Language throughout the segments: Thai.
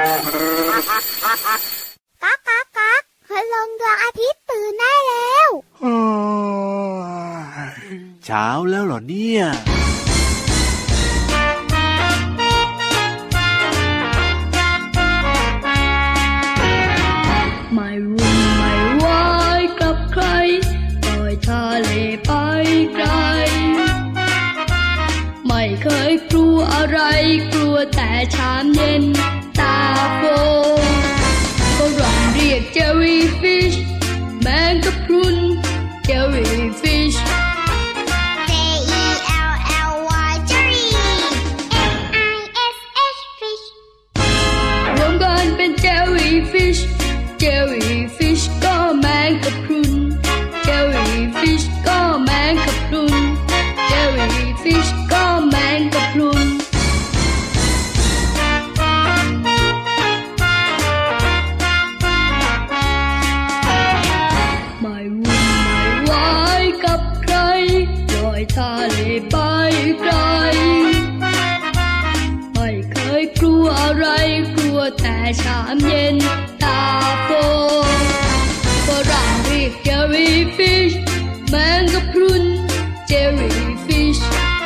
ก๊ากก๊ากก๊ากคืนลงดวงอาทิตย์ตื่นได้แล้วเช้าแล้วเหรอเนี่ยไม่วุ่นไม่วายกับใครปล่อยทะเลไปไกลไม่เคยกลัวอะไรกลัวแต่ชามเย็นตาโฟฝรั่งเรียกเจลลี่ฟิชแมงกะพรุนเจลลี่ฟิช Jelly Fish รวมกันเป็นเจลลี่ฟิชเจลลี่ฟิชก็แมงกะพรุนเจลลี่ฟิชก็แมงกะพรุนเจลลี่ฟิชก็แมงกะพรุนไม่วุ่นไม่วายกับใครลอยทะเลไปไกลไม่เคยกลัวอะไรกลัวแต่ชามเย็นตาโฟฝรั่งเรียกเจลลี่ฟิชแมงกะพรุนเจลลี่ฟิช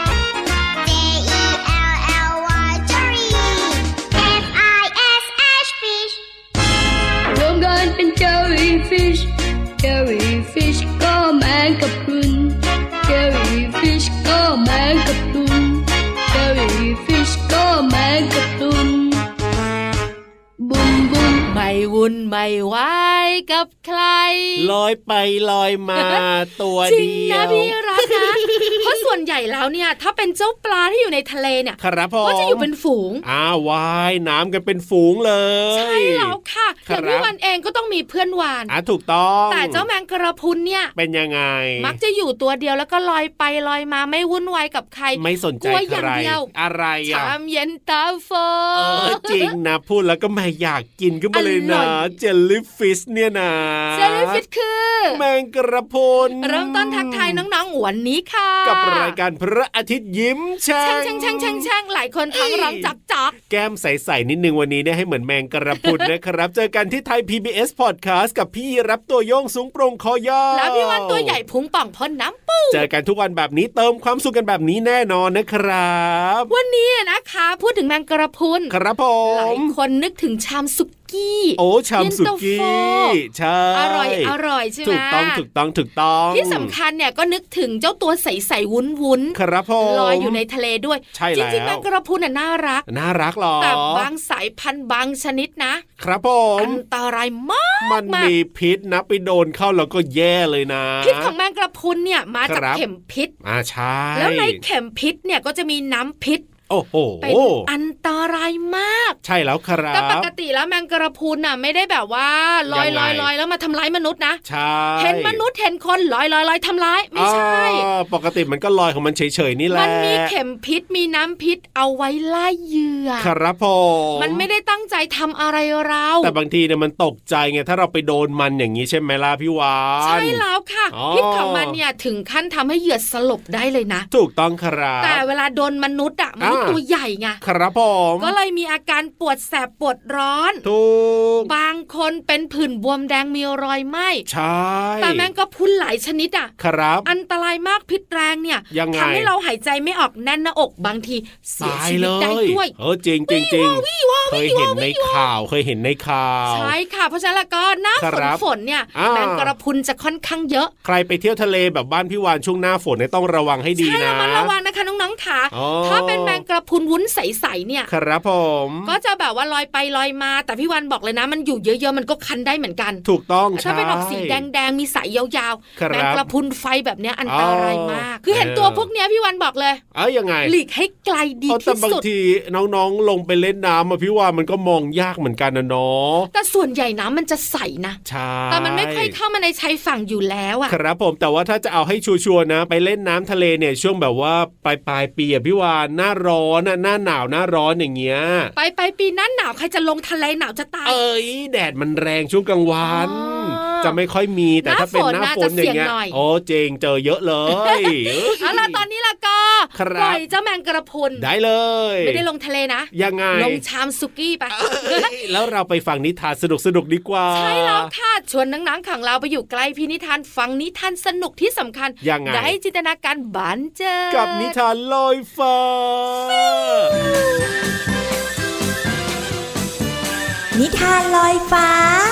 รวมกันเป็นเจลลี่ฟิชเจลลี่ฟิชก็แมงกะพรุนเจลลี่ฟิชก็แมงกะพรุนเจลลี่ฟิชก็แมงกะพรุนบุมบุมไม่วุ่นไม่วายกับใครลอยไปลอยมาตัวเดียวจริงนะพี่รักนะ เพราะส่วนใหญ่แล้วเนี่ยถ้าเป็นเจ้าปลาที่อยู่ในทะเลเนี่ยก็จะอยู่เป็นฝูงว่ายน้ำกันเป็นฝูงเลยใช่แล้วค่ะอย่างพี่วันเองก็ต้องมีเพื่อนวานถูกต้องแต่เจ้าแมงกระพุนเนี่ยเป็นยังไงมักจะอยู่ตัวเดียวแล้วก็ลอยไปลอยมาไม่วุ่นวายกับใครไม่สนใจใครอะไรชามเย็นตาโฟจริงนะพูดแล้วก็ไม่อยากกินขึ้นมาเลยนะเจลลี่ฟิชเนี่ยนะเจลลี่ฟิชคือแมงกระพุนเริ่มต้นทักทายน้องๆวันนี้ค่ะกับรายการพระอาทิตย์ยิ้มแฉ่งหลายคนท้องร้องจักแก้มใสๆนิดนึงวันนี้เนี่ยให้เหมือนแมงกระพุนนะครับเจอกันที่ไทย PBS Podcast กับพี่รับตัวโยงสูงโปร่งคอยาวแล้วพี่วันตัวใหญ่พุงป่องพ่นน้ำปูเจอกันทุกวันแบบนี้เติมความสุขกันแบบนี้แน่นอนนะครับวันนี้นะคะพูดถึงแมงกระพุนครับผมหลายคนนึกถึงชามสุกี้ชามสุกี้ใช่อร่อยใช่ไหมถูกต้องที่สำคัญเนี่ยก็นึกถึงเจ้าตัวใสๆวุ้นๆครับผมลอยอยู่ในทะเลด้วยจริงๆแมงกระพุนน่ะน่ารักหรอแต่บางสายพันธุ์บางชนิดนะครับผมอันตรายมากมันมีพิษนะไปโดนเข้าแล้วก็แย่เลยนะพิษของแมงกระพุนเนี่ยมาจากเข็มพิษใช่แล้วในเข็มพิษเนี่ยก็จะมีน้ำพิษเป็นอันตรายมากใช่แล้วครับแต่ปกติแล้วแมงกระพุนน่ะไม่ได้แบบว่าลอยแล้วมาทำร้ายมนุษย์นะใช่เห็นมนุษย์เห็นคนลอยทำร้ายไม่ใช่ปกติมันก็ลอยของมันเฉยๆนี่แหละมันมีเข็มพิษมีน้ำพิษเอาไว้ไล่เหยื่อครับผมมันไม่ได้ตั้งใจทำอะไรเราแต่บางทีเนี่ยมันตกใจไงถ้าเราไปโดนมันอย่างนี้ใช่ไหมล่ะพี่วานใช่แล้วค่ะพิษของมันเนี่ยถึงขั้นทำให้เหยื่อสลบได้เลยนะถูกต้องครับแต่เวลาโดนมนุษย์มนุษย์ตัวใหญ่ไงครับผมก็เลยมีอาการปวดแสบปวดร้อนถูกบางคนเป็นผื่นบวมแดงมีรอยไหม้ใช่แต่แมงกะพรุนหลายชนิดครับอันตรายมากพิษแรงเนี่ยทำให้เราหายใจไม่ออกแน่นหน้าอกบางทีเสียชีวิตได้ด้วยจริงเคยเห็นในข่าวใช่ค่ะเพราะฉะนั้นแล้วก็หน้าฝนเนี่ยแมงกะพรุนจะค่อนข้างเยอะใครไปเที่ยวทะเลแบบบ้านพี่วานช่วงหน้าฝนเนี่ยต้องระวังให้ดีนะใช่ระวังนะคะน้องๆค่ะถ้าเป็นแมงกะพรุนวุ้นใสๆเนี่ยครับผมก็จะแบบว่าลอยไปลอยมาแต่พี่วันบอกเลยนะมันอยู่เยอะๆมันก็คันได้เหมือนกันถูกต้องถ้าเป็นออกสีแดงๆมีสายยาวๆแมงกะพรุนไฟแบบเนี้ยอันตรายมากคือเห็นตัวพวกเนี้ยพี่วันบอกเลยยังไงหลีกให้ไกลดีที่สุดแต่บางทีน้องๆลงไปเล่นน้ำพี่ว่ามันก็มองยากเหมือนกันนะเนาะแต่ส่วนใหญ่น้ำมันจะใสนะใช่แต่มันไม่ค่อยเข้ามาในชายฝั่งอยู่แล้วครับผมแต่ว่าถ้าจะเอาให้ชัวร์ๆนะไปเล่นน้ำทะเลเนี่ยช่วงแบบว่าปลายปีพี่วานหน้าร้อนหน้าหนาวหน้าร้อนอย่างเงี้ยไปปีหน้าหนาวใครจะลงทะเลหนาวจะตายแดดมันแรงช่วงกลางวันจะไม่ค่อยมีแต่ถ้าเป็นหน้าฝนอย่างเงี้ยเจงเจอเยอะเลยเอาล่ะตอนนี้ล่ะก็ปล่อยเจ้าแมงกระพรุนได้เลยไม่ได้ลงทะเลนะยังไงลงชามสุกี้ไปแล้วเราไปฟังนิทานสนุกๆดีกว่าใช่แล้วค่ะชวนนังๆขังเราไปอยู่ใกล้พี่นิทานฟังนิทานสนุกที่สำคัญได้จินตนาการบันเจิดกับนิทานลอยฟ้านิทานลอยฟ้า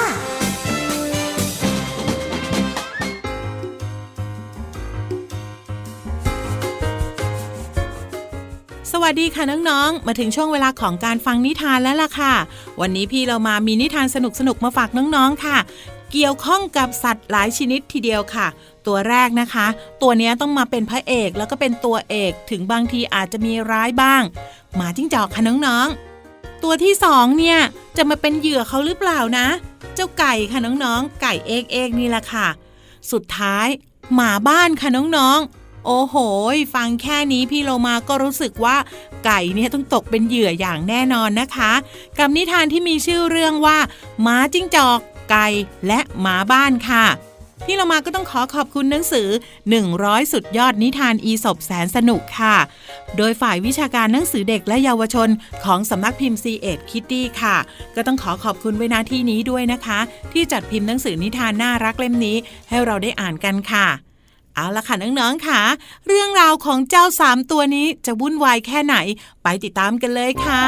สวัสดีค่ะน้องๆมาถึงช่วงเวลาของการฟังนิทานแล้วล่ะค่ะวันนี้พี่เรามามีนิทานสนุกๆมาฝากน้องๆค่ะเกี่ยวข้องกับสัตว์หลายชนิดทีเดียวค่ะตัวแรกนะคะตัวนี้ต้องมาเป็นพระเอกแล้วก็เป็นตัวเอกถึงบางทีอาจจะมีร้ายบ้างหมาจิ้งจอกค่ะน้องๆตัวที่2เนี่ยจะมาเป็นเหยื่อเขาหรือเปล่านะเจ้าไก่ค่ะน้องๆไก่เอกนี่แหละค่ะสุดท้ายหมาบ้านค่ะน้องๆโอ้โหฟังแค่นี้พี่โลมาก็รู้สึกว่าไก่เนี่ยต้องตกเป็นเหยื่ออย่างแน่นอนนะคะกับนิทานที่มีชื่อเรื่องว่าหมาจิ้งจอกไก่และหมาบ้านค่ะพี่โลมาก็ต้องขอบคุณหนังสือ100สุดยอดนิทานอีสปแสนสนุกค่ะโดยฝ่ายวิชาการหนังสือเด็กและเยาวชนของสำนักพิมพ์ C.Ed Kitty ค่ะก็ต้องขอบคุณไว้ณที่นี้ด้วยนะคะที่จัดพิมพ์หนังสือนิทานน่ารักเล่มนี้ให้เราได้อ่านกันค่ะเอาล่ะค่ะน้องๆค่ะเรื่องราวของเจ้า3ตัวนี้จะวุ่นวายแค่ไหนไปติดตามกันเลยค่ะ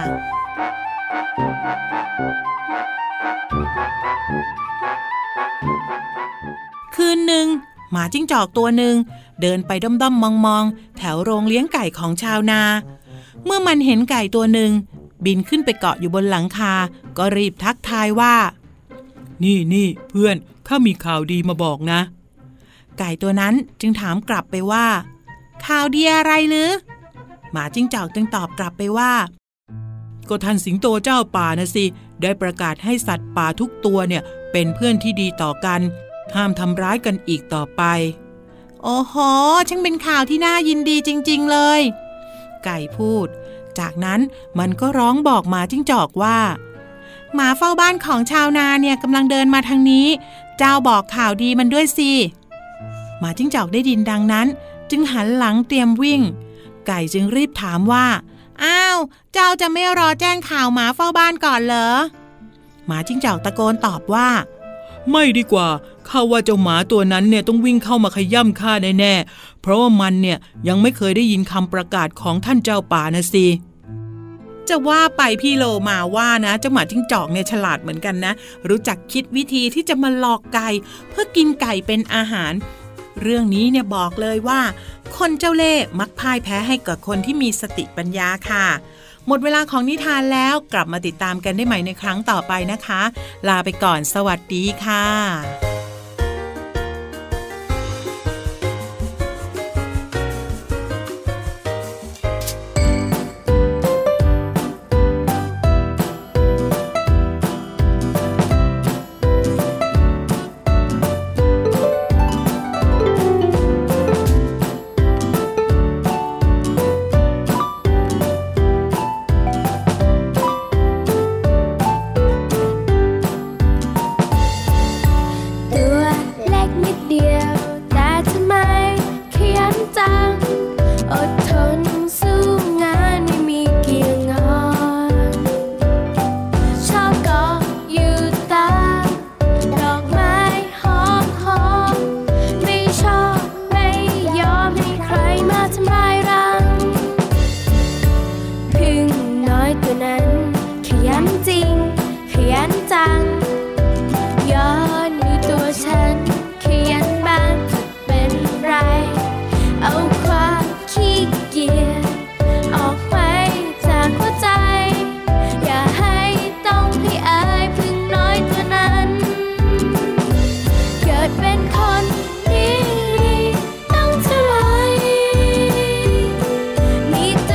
คืนหนึ่งหมาจิ้งจอกตัวหนึ่งเดินไปด้อมๆมองๆแถวโรงเลี้ยงไก่ของชาวนาเมื่อมันเห็นไก่ตัวหนึ่งบินขึ้นไปเกาะอยู่บนหลังคาก็รีบทักทายว่านี่เพื่อนข้ามีข่าวดีมาบอกนะไก่ตัวนั้นจึงถามกลับไปว่าข่าวดีอะไรหรือหมาจิ้งจอกจึงตอบกลับไปว่าก็ท่านสิงโตเจ้าป่านะสิได้ประกาศให้สัตว์ป่าทุกตัวเนี่ยเป็นเพื่อนที่ดีต่อกันห้ามทำร้ายกันอีกต่อไปโอ้โหช่างเป็นข่าวที่น่ายินดีจริงๆเลยไก่พูดจากนั้นมันก็ร้องบอกหมาจิ้งจอกว่าหมาเฝ้าบ้านของชาวนาเนี่ยกำลังเดินมาทางนี้เจ้าบอกข่าวดีมันด้วยสิหมาจิ้งจอกได้ยินดังนั้นจึงหันหลังเตรียมวิ่งไก่จึงรีบถามว่าอ้าวเจ้าจะไม่รอแจ้งข่าวหมาเฝ้าบ้านก่อนเหรอหมาจิ้งจอกตะโกนตอบว่าไม่ดีกว่าข้าว่าเจ้าหมาตัวนั้นเนี่ยต้องวิ่งเข้ามาขย่ำข้าแน่ๆเพราะว่ามันเนี่ยยังไม่เคยได้ยินคำประกาศของท่านเจ้าป่านะสิจะว่าไปพี่โลมาว่านะเจ้าหมาจิ้งจอกเนี่ยฉลาดเหมือนกันนะรู้จักคิดวิธีที่จะมาหลอกไก่เพื่อกินไก่เป็นอาหารเรื่องนี้เนี่ยบอกเลยว่าคนเจ้าเล่ห์มักพ่ายแพ้ให้กับคนที่มีสติปัญญาค่ะหมดเวลาของนิทานแล้วกลับมาติดตามกันได้ใหม่ในครั้งต่อไปนะคะลาไปก่อนสวัสดีค่ะ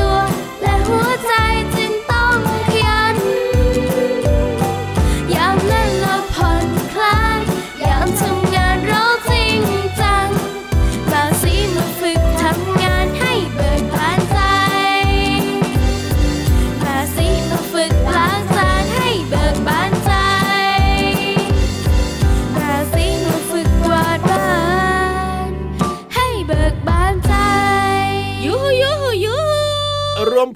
อย่าง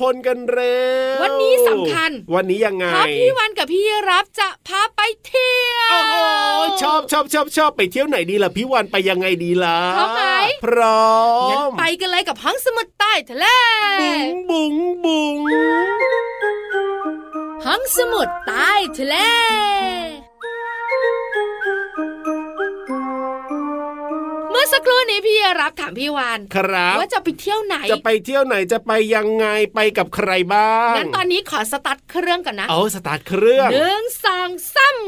คนกันเร็ววันนี้สำคัญวันนี้ยังไงเพราะพี่วันกับพี่รับจะพาไปเที่ยวโอ้โหชอบไปเที่ยวไหนดีล่ะพี่วันไปยังไงดีล่ะพร้อมไหมพร้อมงั้นไปกันเลยกับห้องสมุดใต้ทะเลบุ๋งห้องสมุดใต้ทะเลเมื่อสักครู่นี้พี่รับถามพี่วานว่าจะไปเที่ยวไหนจะไปเที่ยวไหนจะไปยังไงไปกับใครบ้างงั้นตอนนี้ขอสตาร์ทเครื่องก่อนนะสตาร์ทเครื่อง 1 2 3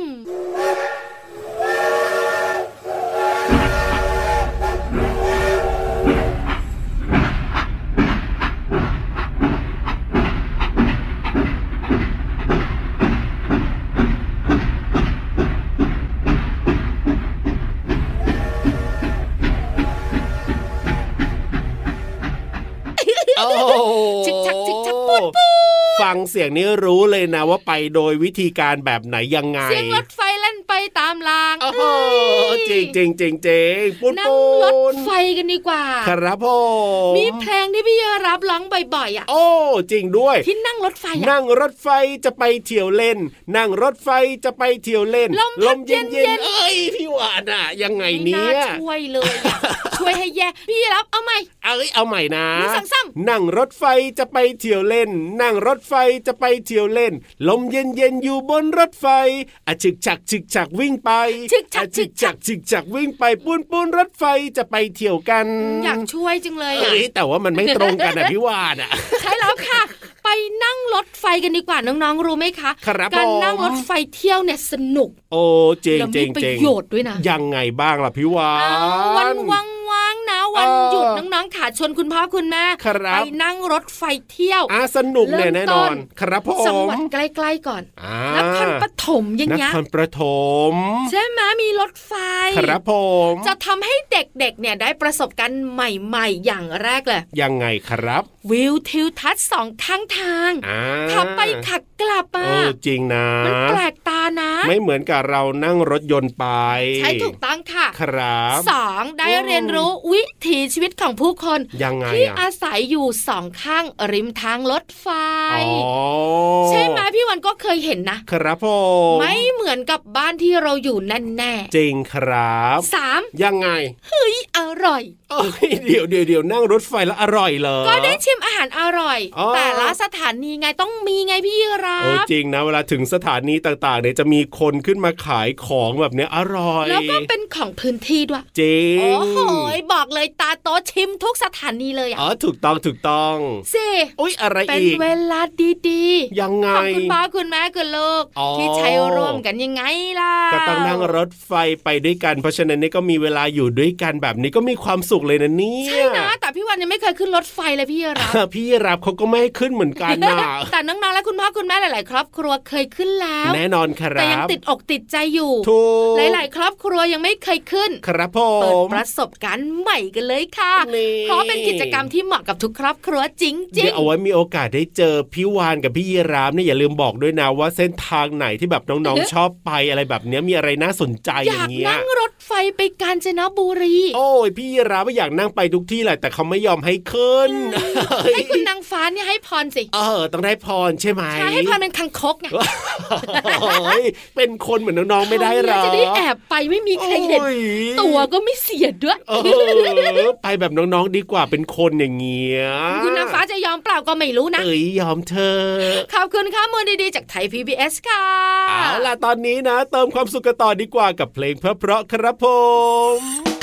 ชิกชักปุ๊บฟังเสียงนี้รู้เลยนะว่าไปโดยวิธีการแบบไหนยังไงเสียงรถไฟเล่นไปตามรางจริงปุ๊บนั่งรถไฟกันดีกว่าครับผมมีเพลงที่พี่รับร้องบ่อยๆโอ้จริงด้วยที่นั่งรถไฟนั่งรถไฟจะไปเที่ยวเล่นนั่งรถไฟจะไปเที่ยวเล่นลมเย็นเอ้ยพี่วานอะยังไงเนี่ยช่วยเลยช่วยให้แย่พี่รับเอาใหม่เอาใหม่นะนั่งรถไฟจะไปเที่ยวเล่นนั่งรถไฟจะไปเที่ยวเล่นลมเย็นอยู่บนรถไฟฉึกฉักวิ่งไปฉึกฉักวิ่งไปปูนรถไฟจะไปเที่ยวกันอยากช่วยจังเลยแต่ว่ามันไม่ตรงกันพี่วานอะใช่แล้วค่ะไปนั่งรถไฟกันดีกว่าน้องๆรู้ไหมคะการนั่งรถไฟเที่ยวเนี่ยสนุกโอ้เจ๋งมีประโยชน์ด้วยนะยังไงบ้างล่ะพี่วานวันว่างนะวันหยุดน้องๆขาชวนคุณพ่อคุณแม่ไปนั่งรถไฟเที่ยวสนุกแน่นอนครับผมจังหวัดใกล้ๆก่อนนครปฐมอย่างเงี้ยนครปฐมใช่ไหมมีรถไฟครับผมจะทำให้เด็กๆเนี่ยได้ประสบการณ์ใหม่ๆอย่างแรกเลยยังไงครับวิวทิวทัศน์2ข้างทางขับไปขับกลับจริงนะมันแปลกตานะไม่เหมือนกับเรานั่งรถยนต์ไปใช่ถูกต้องค่ะครับ 2ได้เรียนรู้วิถีชีวิตของผู้คนที่อาศัยอยู่2ข้างริมทางรถไฟใช่ไหมพี่วันก็เคยเห็นนะครับผมไม่เหมือนกับบ้านที่เราอยู่แน่ๆจริงครับ 3 ยังไงเฮ้ยอร่อยเดี๋ยวนั่งรถไฟแล้วอร่อยเหรอก็ได้ชิมอาหารอร่อยแต่ละสถานีไงต้องมีไงพี่รับจริงนะเวลาถึงสถานีต่างๆเนี่ยจะมีคนขึ้นมาขายของแบบนี้อร่อยแล้วก็เป็นของพื้นที่ด้วยจริงโอ้โหบอกเลยตาโตชิมทุกสถานีเลยถูกต้องสิอะไรอีกเป็นเวลาดีๆยังไงของคุณพ่อคุณแม่คุณลูกที่ใช้ร่วมกันยังไงล่ะก็ต้องนั่งรถไฟไปด้วยกันเพราะฉะนั้นนี่ก็มีเวลาอยู่ด้วยกันแบบนี้ก็มีความสุขเลยนะเนี่ยใช่นะแต่พี่วันยังไม่เคยขึ้นรถไฟเลยพี่รับพี่รับเขาก็ไม่ให้ขึ้นเหมือนกันนะแต่น้องๆและคุณพ่อคุณแม่หลายๆครอบครัวเคยขึ้นแล้วแน่นอนครับแต่ยังติดอกติดใจอยู่หลายๆครอบครัวยังไม่เคยขึ้นครับผมเปิดประสบการณ์ใหม่กันเลยค่ะเพราะเป็นกิจกรรมที่เหมาะกับทุกครอบครัวจริงๆเดี๋ยวเอาไว้มีโอกาสได้เจอพี่วานกับพี่ยีราฟเนี่ยอย่าลืมบอกด้วยนะว่าเส้นทางไหนที่แบบน้องๆชอบไปอะไรแบบนี้มีอะไรน่าสนใจอย่างเงี้ยอยากนั่งรถไฟไปกาญจนบุรีโอ้ยพี่ยีราฟอยากนั่งไปทุกที่แหละแต่เขาไม่ยอมให้ขึ้นให้คุณนางฟ้าเนี่ยให้พรสิต้องได้พรใช่ไหมใช่ให้พรเป็นคังคกไงเป็นคนเหมือนน้องๆไม่ได้หรอจะได้แอบไปไม่มีใครเห็นตัวก็ไม่เสียดด้วยไปแบบน้องๆดีกว่าเป็นคนอย่างเงี้ยคุณนางฟ้าจะยอมเปล่าก็ไม่รู้นะยอมเธอขอบคุณข้อมูลดีๆจากไทย PBS ค่ะเอาล่ะตอนนี้นะเติมความสุขกันต่อดีกว่ากับเพลงเพราะๆครับผม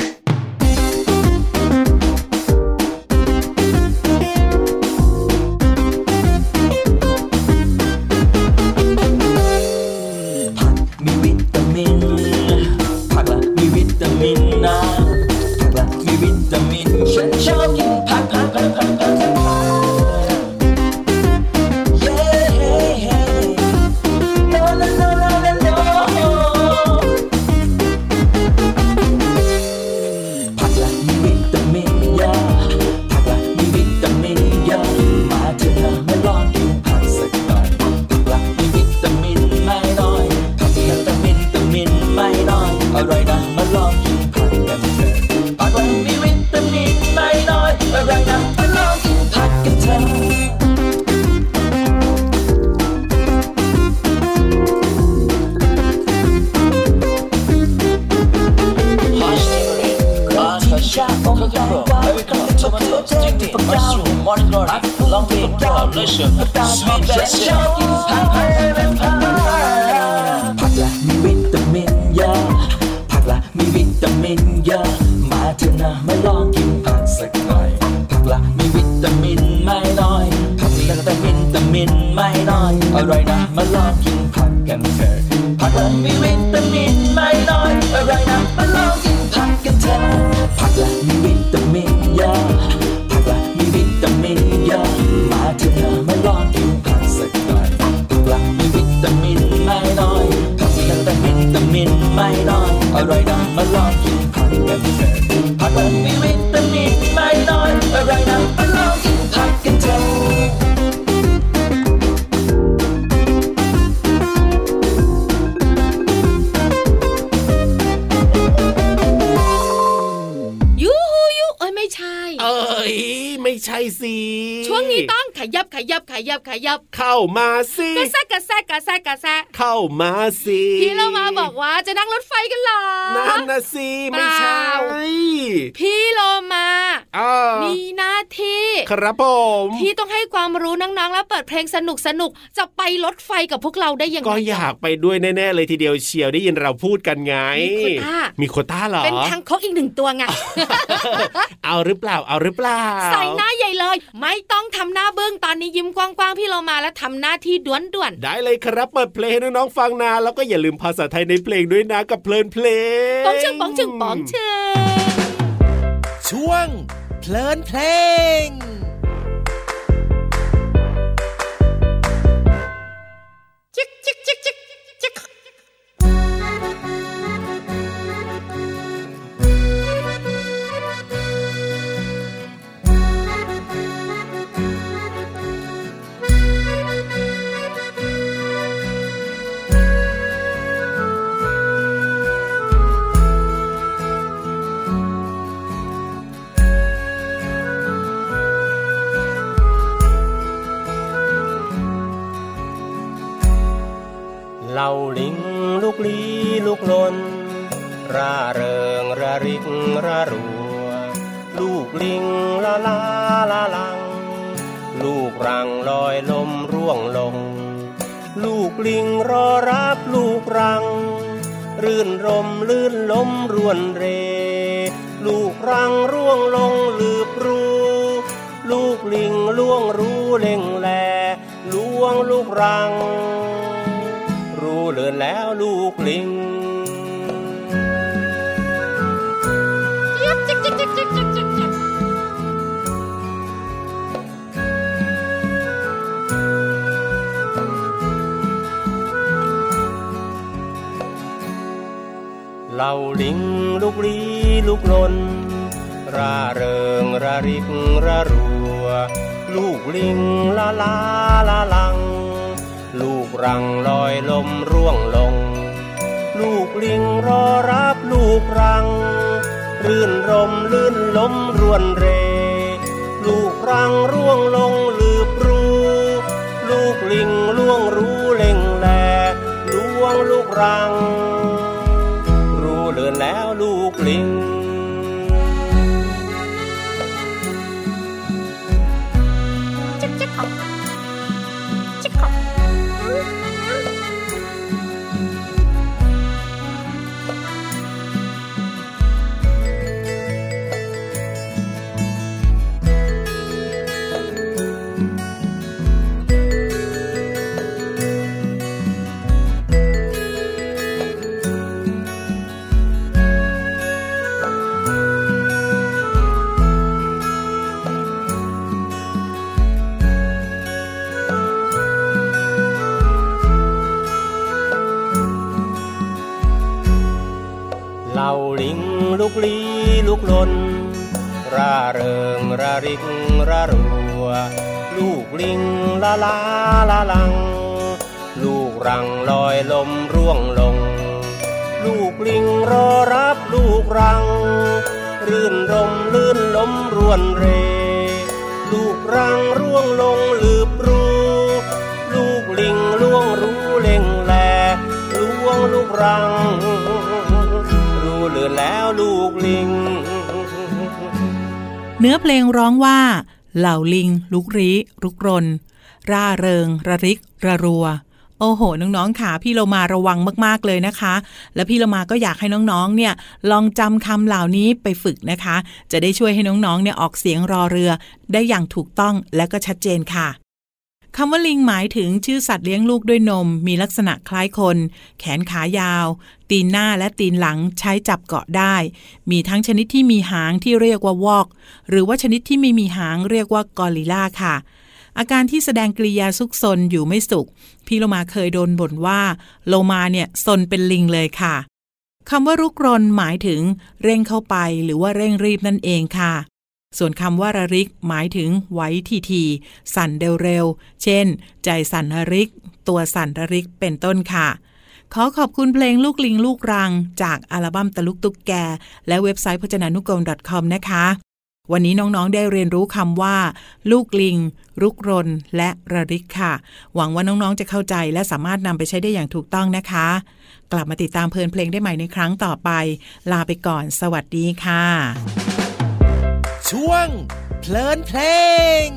ฉันชอบกินผักชอบกินผักผักละมีวิตามินเยอะผักละมีวิตามินเยอะมาเถอะนะมาลองกินผักสักหน่อยผักละมีวิตามินไม่น้อยผักละแต่วิตามินไม่น้อยอร่อยนะมาลองกินผักกันเถอะผักละมีวิตามินไม่น้อยอร่อยนะมาลองกินผักกันเถอะผักละมีวิตามินเยอะผักละมีวิตามินเยอะมาเถอะนะมาลองกินผักสักหน่อยผักละมีวิตามินไม่น้อยผักละแต่วิตามินไม่น้อยอร่อยนะมาลองกินผักกันเถอะผักละมีวิตามินไม่น้อยอร่อยนะมาลองกินผักกันเถอะไม่ใช่ไม่ใช่สิช่วงนี้ต้องขยับเข้ามาสิกระแซเข้ามาสิพี่เรามาบอกว่าจะนั่งรถไฟกันหรอนั่นนะสิไม่ใช่พี่โลมามีหน้าที่ครับผมที่ต้องให้ความรู้น้องๆแล้วเปิดเพลงสนุกจะไปรถไฟกับพวกเราได้ยังไงก็อยากไปด้วยแน่ๆเลยทีเดียวเชียวได้ยินเราพูดกันไงมีโควต้าเหรอเป็นคางคกอีก1ตัวไงเอาหรือเปล่าใส่หน้าใหญ่เลยไม่ต้องทำหน้าบึ้งตอนนี้ยิ้มกว้างๆพี่เรามาแล้วทำหน้าที่ด่วนได้เลยครับเปิดเพลงให้น้องๆฟังนะแล้วก็อย่าลืมภาษาไทยในเพลงด้วยนะกับเพลินเพลงป๋องชึงช่วงเพลินเพลงจิกเหล่าลิงลูกลี้ลูกลนร่าเริงระริกระรัวลูกลิงละลาละลังลูกรังลอยลมร่วงลงลูกลิงรอรับลูกรังรื่นรมลื่นล้มรวนเรลูกรังร่วงลงลืบรูลูกลิงล่วงรู้เล็งแลล่วงลูกรังรู้เลือนแล้วลูกลิงเหล่าลิงลูกลี้ลูกลนร่าเริงระริกระรัวลูกลิงละลาละลังลูกรังลอยลมร่วงลงลูกลิงรอรับลูกรังรื่นรมลื่นล้มรวนเรลูกรังร่วงลงลืบรูลูกลิงล่วงรู้เล็งแลล่วงลูกรังรู้เลือนแล้วลูกลิงเหล่าลิงลูกลี้ลูกลนร่าเริงระริกระรัวลูกลิงละลาละลังลูกรังลอยลมร่วงลงลูกลิงรอรับลูกรังรื่นรมลื่นล้มรวนเรลูกรังร่วงลงลืบรูลูกลิงล่วงรู้เล็งแลล่วงลูกรังรู้เลือนแล้วลูกลิงเนื้อเพลงร้องว่าเหล่าลิงลุกลี้ลุกรนร่าเริงระริกระรัวโอ้โหน้องๆค่ะพี่เรามาระวังมากๆเลยนะคะและพี่เรามาก็อยากให้น้องๆเนี่ยลองจำคำเหล่านี้ไปฝึกนะคะจะได้ช่วยให้น้องๆเนี่ยออกเสียงรอเรือได้อย่างถูกต้องและก็ชัดเจนค่ะคำว่าลิงหมายถึงชื่อสัตว์เลี้ยงลูกด้วยนมมีลักษณะคล้ายคนแขนขายาวตีนหน้าและตีนหลังใช้จับเกาะได้มีทั้งชนิดที่มีหางที่เรียกว่าวอกหรือว่าชนิดที่ไม่มีหางเรียกว่ากอริลลาค่ะอาการที่แสดงกริยาซุกซนอยู่ไม่สุขพี่โลมาเคยโดนบ่นว่าโลมาเนี่ยซนเป็นลิงเลยค่ะคำว่ารุกรนหมายถึงเร่งเข้าไปหรือว่าเร่งรีบนั่นเองค่ะส่วนคำว่าระริกหมายถึงไหวทีๆสั่นเร็วๆเช่นใจสั่นระริกตัวสั่นระริกเป็นต้นค่ะขอขอบคุณเพลงลูกลิงลูกรังจากอัลบั้มตะลุกตุ๊กแกและเว็บไซต์พจนานุกรม .com นะคะวันนี้น้องๆได้เรียนรู้คำว่าลูกลิงรุกรนและระริกค่ะหวังว่าน้องๆจะเข้าใจและสามารถนำไปใช้ได้อย่างถูกต้องนะคะกลับมาติดตามเพลินเพลงได้ใหม่ในครั้งต่อไปลาไปก่อนสวัสดีค่ะช่วงเพลินเพลง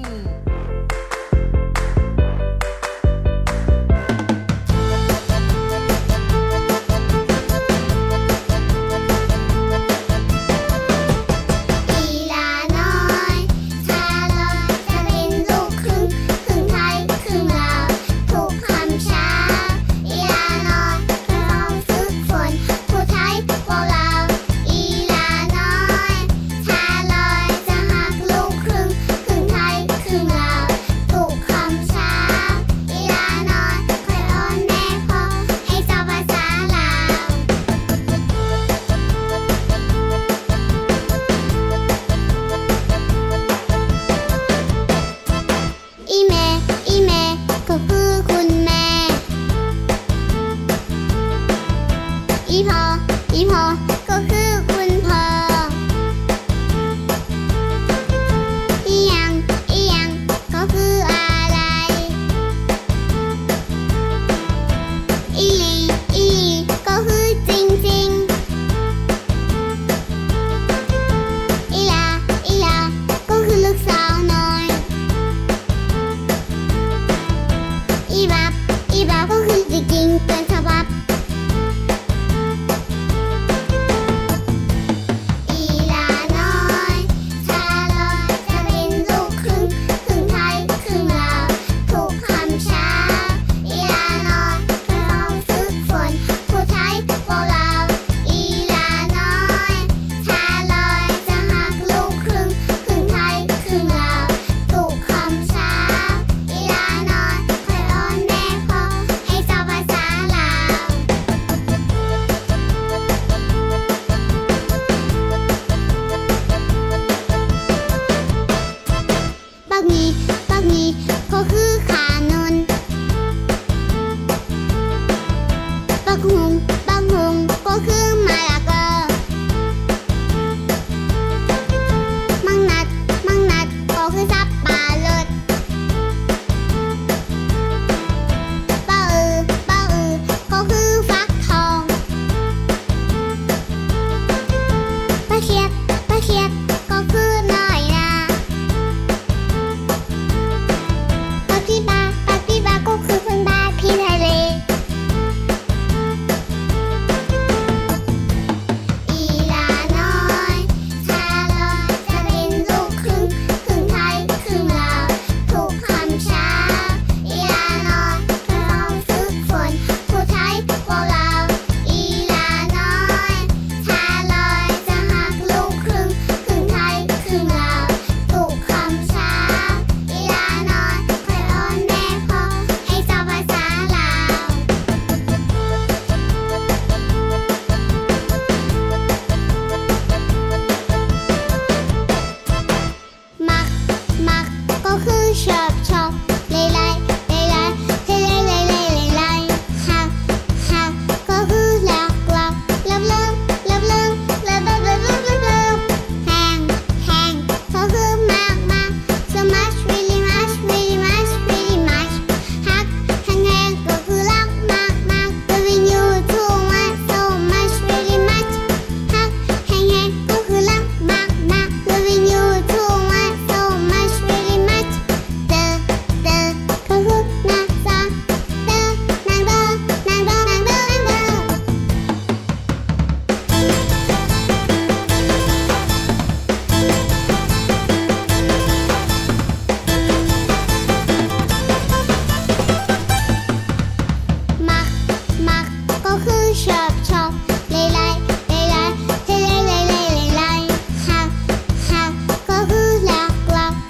ก็คือชอบไล่ไล่ไล่ไล่ไล่ไล่ไล่ไล่ฮักก็คือรักเลิฟ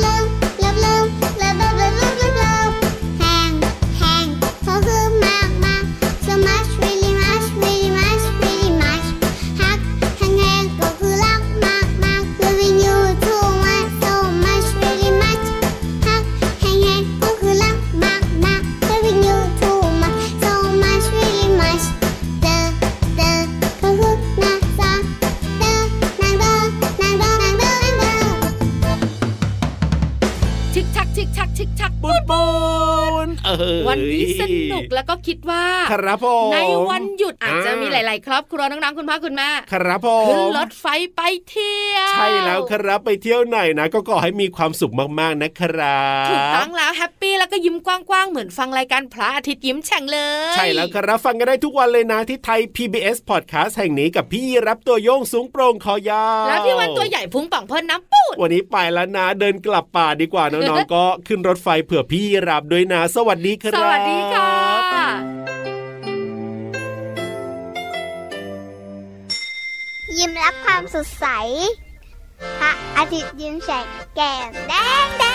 แฮงก็คือมาก so much really muchฮักแฮงก็คือรักมาก loving you too much so much really much ฮักแฮงก็คือรักมาก loving you too much so much really much เด้อก็คือนาซาเด้อนางเด้อชิกชักปูนวันนี้สนุกแล้วก็คิดว่าครับผมในวันหยุดอาจจะมีหลายๆครอบครัวน้องๆคุณพ่อคุณแม่ครับผมขึ้นรถไฟไปเที่ยวใช่แล้วครับไปเที่ยวไหนนะก็ขอให้มีความสุขมากๆนะครับถูกต้องแล้วแฮปปี้แล้วก็ยิ้มกว้างๆเหมือนฟังรายการพระอาทิตย์ยิ้มแฉ่งเลยใช่แล้วครับฟังกันได้ทุกวันเลยนะที่ไทย PBS Podcast แห่งนี้กับพี่รับตัวโยงสูงโปร่งคอยาวแล้วพี่วันตัวใหญ่พุงป่องพ่นน้ำปูดวันนี้ไปแล้วนะเดินกลับป่าดีกว่าน้องๆก็ขึ้นรถไฟเผื่อพี่รับด้วยนะสวัสดีครับสวัสดีค่ะยิ้มรับความสดใสพระอาทิตย์ยิ้มแฉกแก้มแดง